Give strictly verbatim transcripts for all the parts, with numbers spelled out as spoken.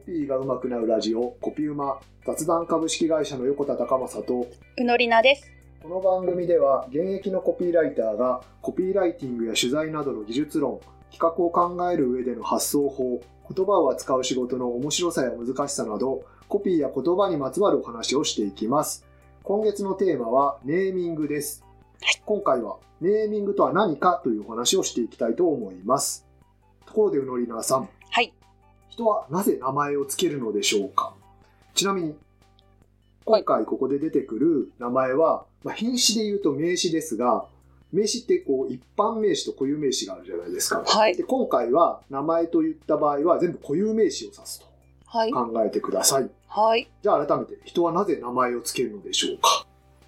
ピーが上手くなるラジオコピウマ、雑談株式会社の横田隆正とうのりなです。 この番組では現役のコピーライターがコピーライティングや取材などの技術論、企画を考える上での発想法、言葉を扱う仕事の面白さや難しさなど、コピーや言葉にまつわるお話をしていきます。今月のテーマはネーミングです。はい、今回はネーミングとは何かというお話をしていきたいと思います。ところでうのりなさん、 はい、 人はなぜ名前をつけるのでしょうか。ちなみに今回ここで出てくる名前は、まあ、品詞で言うと名詞ですが、名詞ってこう一般名詞と固有名詞があるじゃないですか。 はい、 で今回は名前といった場合は全部固有名詞を指すと考えてください。 はい。 じゃあ改めて人はなぜ名前をつけるのでしょうか。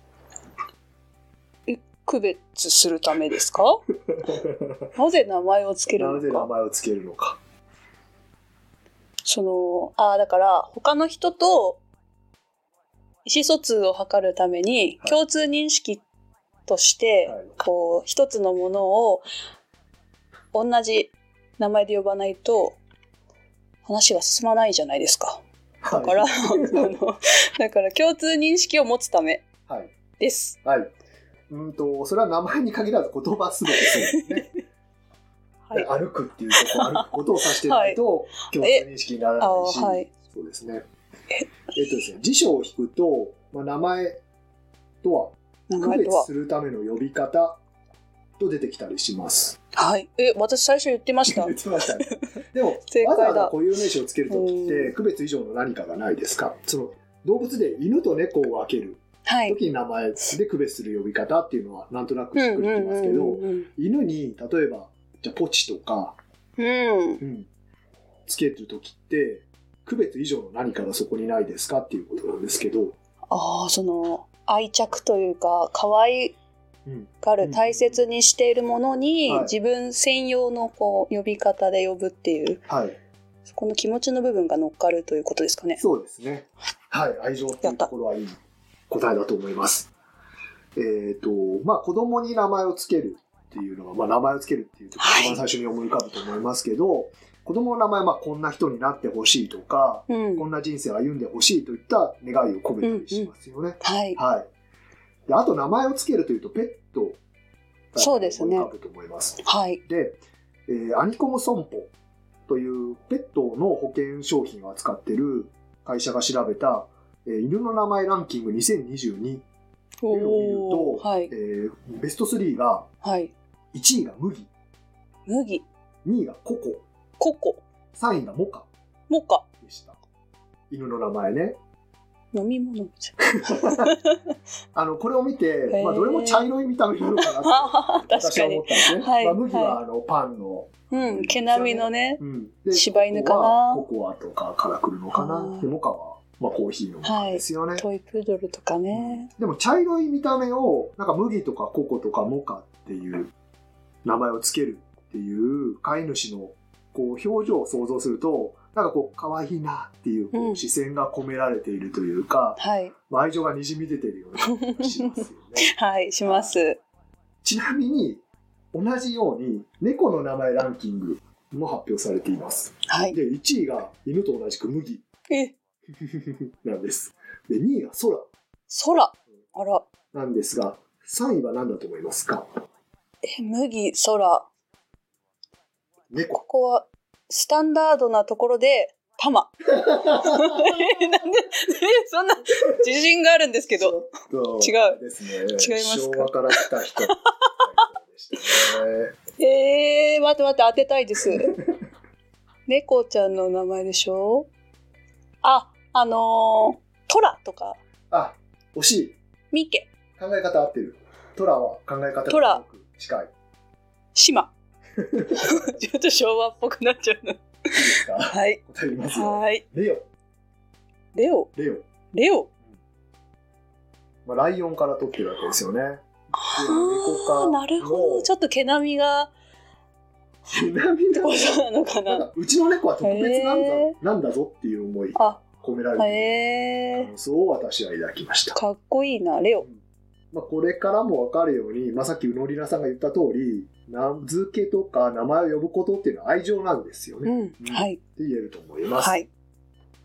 え、区別するためですか？なぜ名前をつけるのか。 なぜ名前をつけるのか。 そのあだから他の人と意思疎通を図るために共通認識として、はい、こう一つのものを同じ名前で呼ばないと話が進まないじゃないですか。だから、はい、あのだから共通認識を持つためです。 はい。はい、うんとそれは名前に限らず言葉すべてそうですね。はい、歩くっていうとこ歩くことを指してないと、はい、共通認識にならないし、はい、そうですね。ええっとですね、辞書を引くと、まあ、名前とは区別するための呼び方と出てきたりします。 はい。え、私最初言ってました。 言ってましたね。でもわざわざ固有名詞をつけるときって区別以上の何かがないですか。その動物で犬と猫を分ける時に名前で区別する呼び方っていうのはなんとなくしっくりきますけど、犬に例えばじゃあポチとか、 うんうん、つけるときって区別以上の何かがそこにないですかっていうことなんですけど、 ああ、その愛着というか可愛がる、うん、大切にしているものに、うん、自分専用のこう呼び方で呼ぶっていう、はい、そこの気持ちの部分が乗っかるということですかね。 そうですね。はい、愛情っていうところはいい答えだと思います。えっとまあ子供に名前をつけるっていうのは、まあ、名前をつけるっていうと一番最初に思い浮かぶと思いますけど、はい、子供の名前はまあこんな人になってほしいとか、うん、こんな人生を歩んでほしいといった願いを込めたりしますよね。うんうん、はいはい、であと名前をつけるというとペットが思い浮かぶと思います。 はい、 で、えー、アニコム損保というペットの保険商品を扱っている会社が調べた、えー、犬の名前ランキングにせんにじゅうにというのを見ると、はいえー、ベストスリーが、はいいちいが麦、 麦、 にいがココ、 ココ、 さんいがモカ、 モカでした。犬の名前ね。 飲み物あのこれを見て、まあ、どれも茶色い見た目なのかなって私は思ったんですね。はいまあ、麦はあのパンの、 うん、毛並みのね、うん、で柴犬かな。 ココアとかから来るのかな。でモカはまあ、コーヒーのモカですよね、はい、 トイプードルとかね、 うん、でも茶色い見た目をなんか麦とかココとかモカっていう名前をつけるっていう飼い主のこう表情を想像するとなんかこう可愛いなっていう、こう視線が込められているというか、うんはいまあ、愛情がにじみ出ているような感じがしますよね。 はいします。 ちなみに同じように猫の名前ランキングも発表されています。はい、でいちいが犬と同じく麦えなんです。でにいが空空あらなんですがさんいは何だと思いますか？ え麦空猫。 ここはスタンダードなところでタマなんでそんな自信があるんですけど違うですね。 違いますか？ 昭和から来た人でしたね。 えー、待って待って当てたいです猫ちゃんの名前でしょ。あ、あのー、トラとか。 あ、惜しい。 ミケ。 考え方合ってる。トラは考え方がすごく近い。 シマ。ちょっと昭和っぽくなっちゃうの。いいですか？ はい。 答えますよ。 はい。 レオ。 レオ。 レオ。 レオ。 まあ、ライオンから取ってるわけですよね。 ああ、なるほど。ちょっと毛並みが。 毛並みがそうなのかな。 なんかうちの猫は特別なんだ、なんだぞっていう思いが込められている感想を私は抱きました。 かっこいいな、レオ。 まあ、これからも分かるように、まあ、さっきうのりなさんが言った通り、名付けとか名前を呼ぶことっていうのは愛情なんですよね。 うん、はい。 って言えると思います。 はい。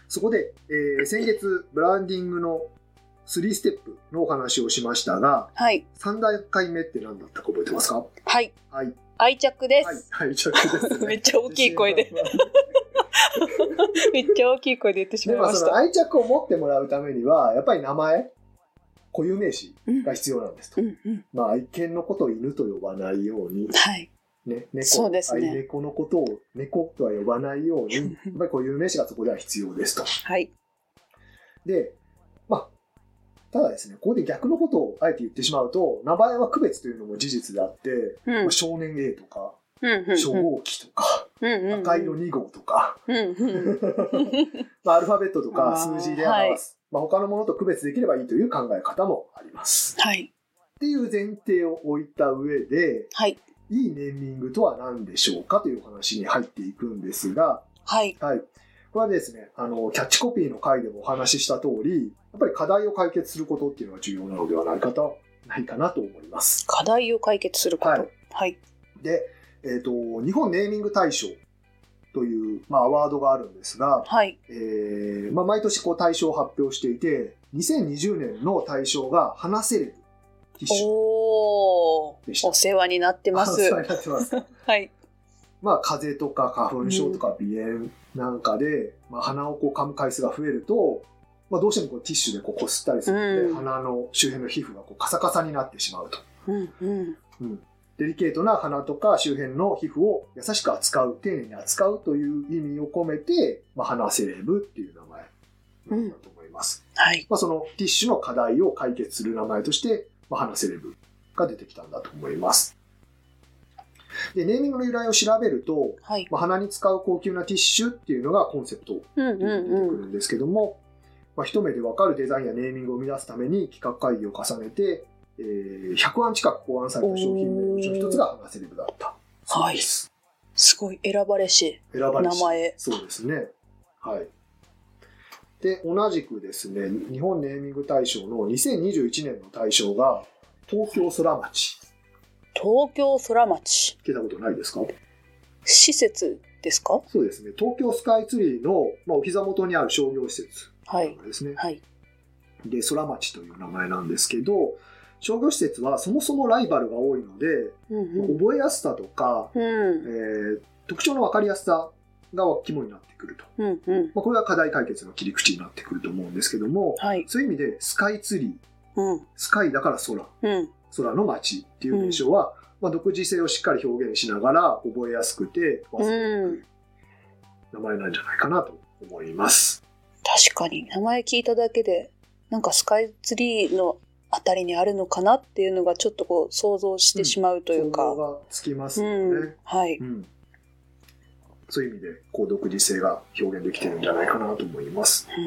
そこで、えー、先月ブランディングのスリーステップのお話をしましたが、 はい、 さんだんかいめって何だったか覚えてますか？ はい、 はい、 愛着です。 はい、愛着ですね。 めっちゃ大きい声でめっちゃ大きい声で言ってしまいました。 でもその愛着を持ってもらうためにはやっぱり名前、固有名詞が必要なんですと、うんうん、まあ、愛犬のことを犬と呼ばないように、 はいね、猫、 そうですね、 愛猫のことを猫とは呼ばないようにやっぱり固有名詞がそこでは必要ですと。 はい。 で、まあただですね、ここで逆のことをあえて言ってしまうと、名前は区別というのも事実であって、うんまあ、少年 A とか、うんうんうん、初号機とか、うんうんうん、赤色に号とか、うんうんまあ、アルファベットとか数字で表す、はいまあ、他のものと区別できればいいという考え方もあります。 はい、っていう前提を置いた上で、はい、いいネーミングとは何でしょうかという話に入っていくんですが、 はいはい、これはですね、あのキャッチコピーの回でもお話しした通り、やっぱり課題を解決することっていうのが重要なのではないかとないかなと思います。 課題を解決すること。はい。はい、 で、えっと、日本ネーミング大賞という、まあ、アワードがあるんですが、はいえーまあ、毎年こう大賞を発表していて、にせんにじゅうねんの大賞が花セレブティッシュでした。 おー、お世話になってます。 お世話になってます。 はい。 まあ、風邪とか花粉症とか鼻炎なんかで、うんまあ、鼻をこう噛む回数が増えると、まあ、どうしてもこうティッシュでこうこすったりするので、うん、鼻の周辺の皮膚がこうカサカサになってしまうと、うんうんうん、デリケートな鼻とか周辺の皮膚を優しく扱う、丁寧に扱うという意味を込めて、まあ、鼻セレブっていう名前なんだと思います、うんはいまあ、そのティッシュの課題を解決する名前として、まあ、鼻セレブが出てきたんだと思います。でネーミングの由来を調べると、はいまあ、鼻に使う高級なティッシュっていうのがコンセプトに出てくるんですけども、うんうんうんまあ、一目で分かるデザインやネーミングを生み出すために企画会議を重ねて、えー、ひゃくあん近く考案された商品名のうちの一つが花セレブだったそうです、 はい、すごい選ばれし選ばれし名前そうですねはいで同じくですね日本ネーミング大賞のにせんにじゅういちねんの大賞が東京空町東京空町聞いたことないですか？ 施設ですか？ そうですね東京スカイツリーの、まあ、お膝元にある商業施設ですね、はいはい、で空町という名前なんですけど商業施設はそもそもライバルが多いので、うんうん、覚えやすさとか、うんえー、特徴の分かりやすさが肝になってくると、うんうんまあ、これが課題解決の切り口になってくると思うんですけども、はい、そういう意味でスカイツリー、うん、スカイだから空、うん、空の町っていう名称は、うんまあ、独自性をしっかり表現しながら覚えやすくて忘れにくい名前なんじゃないかなと思います。 確かに名前聞いただけでなんかスカイツリーのあたりにあるのかなっていうのがちょっとこう想像してしまうというか、 うん、想像がつきますよね、 うん、はい、 うん、そういう意味でこう独自性が表現できてるんじゃないかなと思います、うん、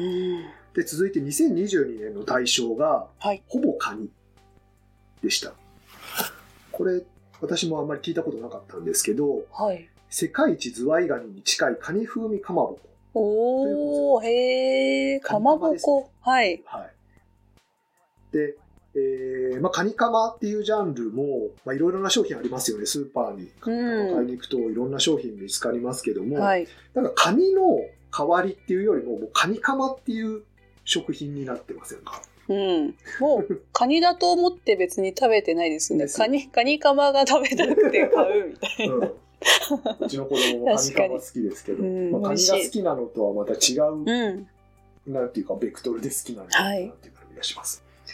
で続いてにせんにじゅうにねんの大賞が、はい、ほぼカニでした。これ私もあんまり聞いたことなかったんですけど、はい、世界一ズワイガニに近いカニ風味かまぼこおー、へー、かまぼこ、ね、はい。 はい。で、えー、まあ、カニカマっていうジャンルも、まあ、いろいろな商品ありますよね。スーパーにカニカマ買いに行くといろんな商品見つかりますけども、はい。なんかカニの代わりっていうよりも、もうカニカマっていう食品になってませんか？ うん。もう、カニだと思って別に食べてないですね。カニ、カニカマが食べたくて買うみたいな。うんうちの子供もカニカマ好きですけど、うんまあ、カニが好きなのとはまた違う、うん、なんていうかベクトルで好きなんだなっていう感じがします、はい、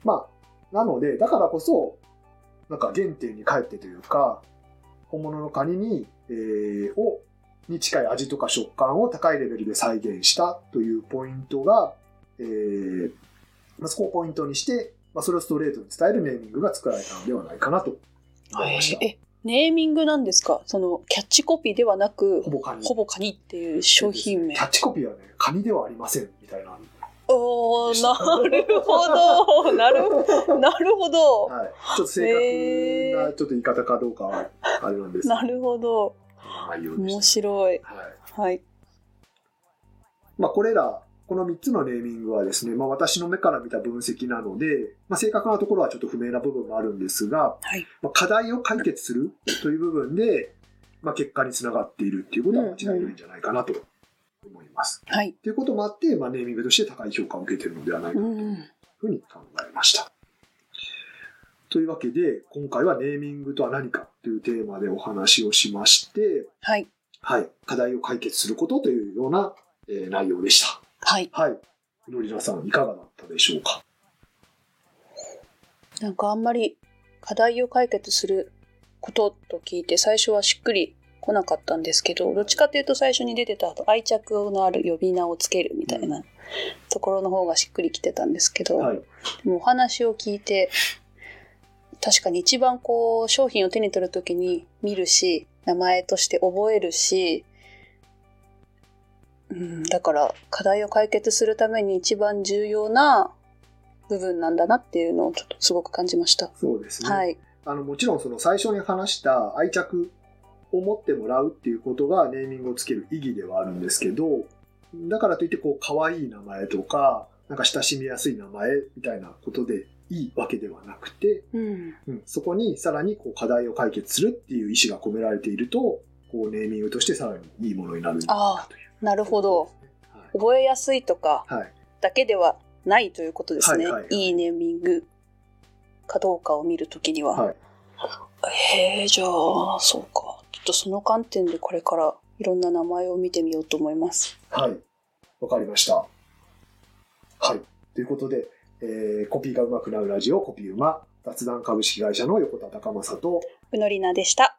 まあなのでだからこそなんか原点に帰ってというか本物のカニに、えー、をに近い味とか食感を高いレベルで再現したというポイントが、えーまあ、そこをポイントにして、まあ、それをストレートに伝えるネーミングが作られたのではないかなと思いました。 えネーミングなんですか？そのキャッチコピーではなくほぼカニ、ほぼカニっていう商品名。 キャッチコピーはね、カニではありませんみたいな。 おー、なるほど、なる、なるほど。 はい。ちょっと正確なちょっと言い方かどうかはあれなんです。 なるほど。面白い。 はい。 はい。 まあこれらこのみっつのネーミングはですね、まあ、私の目から見た分析なので、まあ、正確なところはちょっと不明な部分もあるんですが、はい、まあ、課題を解決するという部分で、まあ、結果につながっているっていうことは間違いないんじゃないかなと思います。 はい。 ということもあって、まあ、ネーミングとして高い評価を受けているのではないかというふうに考えました。というわけで、今回はネーミングとは何かというテーマでお話をしまして、 はい。 はい。課題を解決することというような、えー、内容でした。 はい。 はい。のりなさん、いかがだったでしょうか？ なんかあんまり課題を解決することと聞いて最初はしっくり来なかったんですけど、どっちかというと最初に出てた愛着のある呼び名をつけるみたいなところの方がしっくりきてたんですけど、はい、でもお話を聞いて、確かに一番こう商品を手に取るときに見るし、名前として覚えるし、うん、だから課題を解決するために一番重要な部分なんだなっていうのをちょっとすごく感じました。 そうですね。 はい。 あのもちろんその最初に話した愛着を持ってもらうっていうことがネーミングをつける意義ではあるんですけど、だからといってこう可愛い名前とかなんか親しみやすい名前みたいなことでいいわけではなくて、 うんうん、 そこにさらにこう課題を解決するっていう意思が込められていると、こうネーミングとしてさらにいいものになるんじゃないかという。 あ、なるほど、はい。覚えやすいとかだけではないということですね。はいはいはい、いいネーミングかどうかを見るときには。はい、へえ、じゃあそうか。ちょっとその観点でこれからいろんな名前を見てみようと思います。 はい、わかりました。はい、ということで。えー、コピーがうまくなるラジオコピーうま雑談株式会社の横田隆正とうのりなでした。